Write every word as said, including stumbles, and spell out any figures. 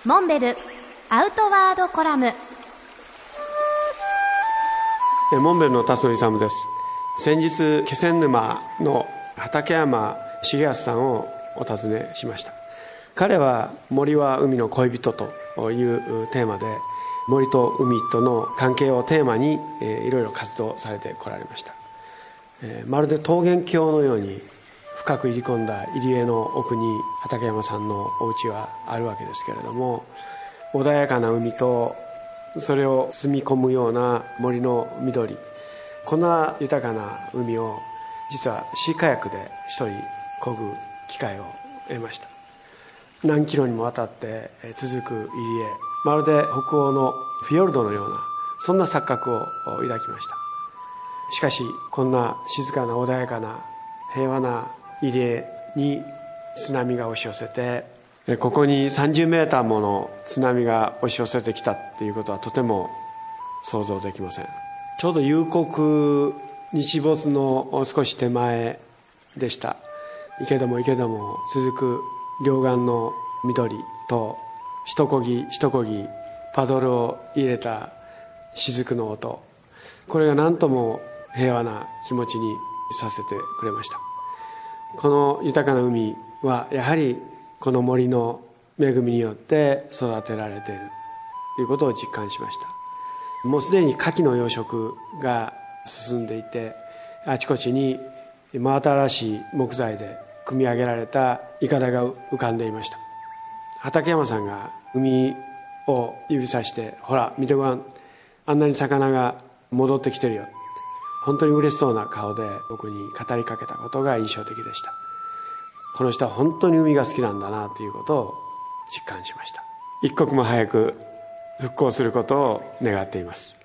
モンベルアウトワードコラム。 モンベルの辰野勇です。先日気仙沼の畠山重康さんをお訪ねしました。彼は森は海の恋人というテーマで、森と海との関係をテーマにいろいろ活動されてこられました。まるで桃源郷のように深く入り込んだ入り江の奥に畠山さんのお家はあるわけですけれども、穏やかな海とそれを包み込むような森の緑、こんな豊かな海を実はシーカヤックで一人漕ぐ機会を得ました。何キロにもわたって続く入り江、まるで北欧のフィヨルドのような、そんな錯覚を抱きました。しかしこんな静かな穏やかな平和な入り江に津波が押し寄せて、ここにさんじゅうメーターもの津波が押し寄せてきたっていうことはとても想像できません。ちょうど夕刻日没の少し手前でした。池戸も池戸も続く両岸の緑と一漕ぎ一漕ぎパドルを入れた雫の音、これが何とも平和な気持ちにさせてくれました。この豊かな海はやはりこの森の恵みによって育てられているということを実感しました。もうすでに牡蠣の養殖が進んでいて、あちこちに真新しい木材で組み上げられたイカダが浮かんでいました。畠山さんが海を指さして、ほら見てごらん、あんなに魚が戻ってきてるよ、本当に嬉しそうな顔で僕に語りかけたことが印象的でした。この人は本当に海が好きなんだなということを実感しました。一刻も早く復興することを願っています。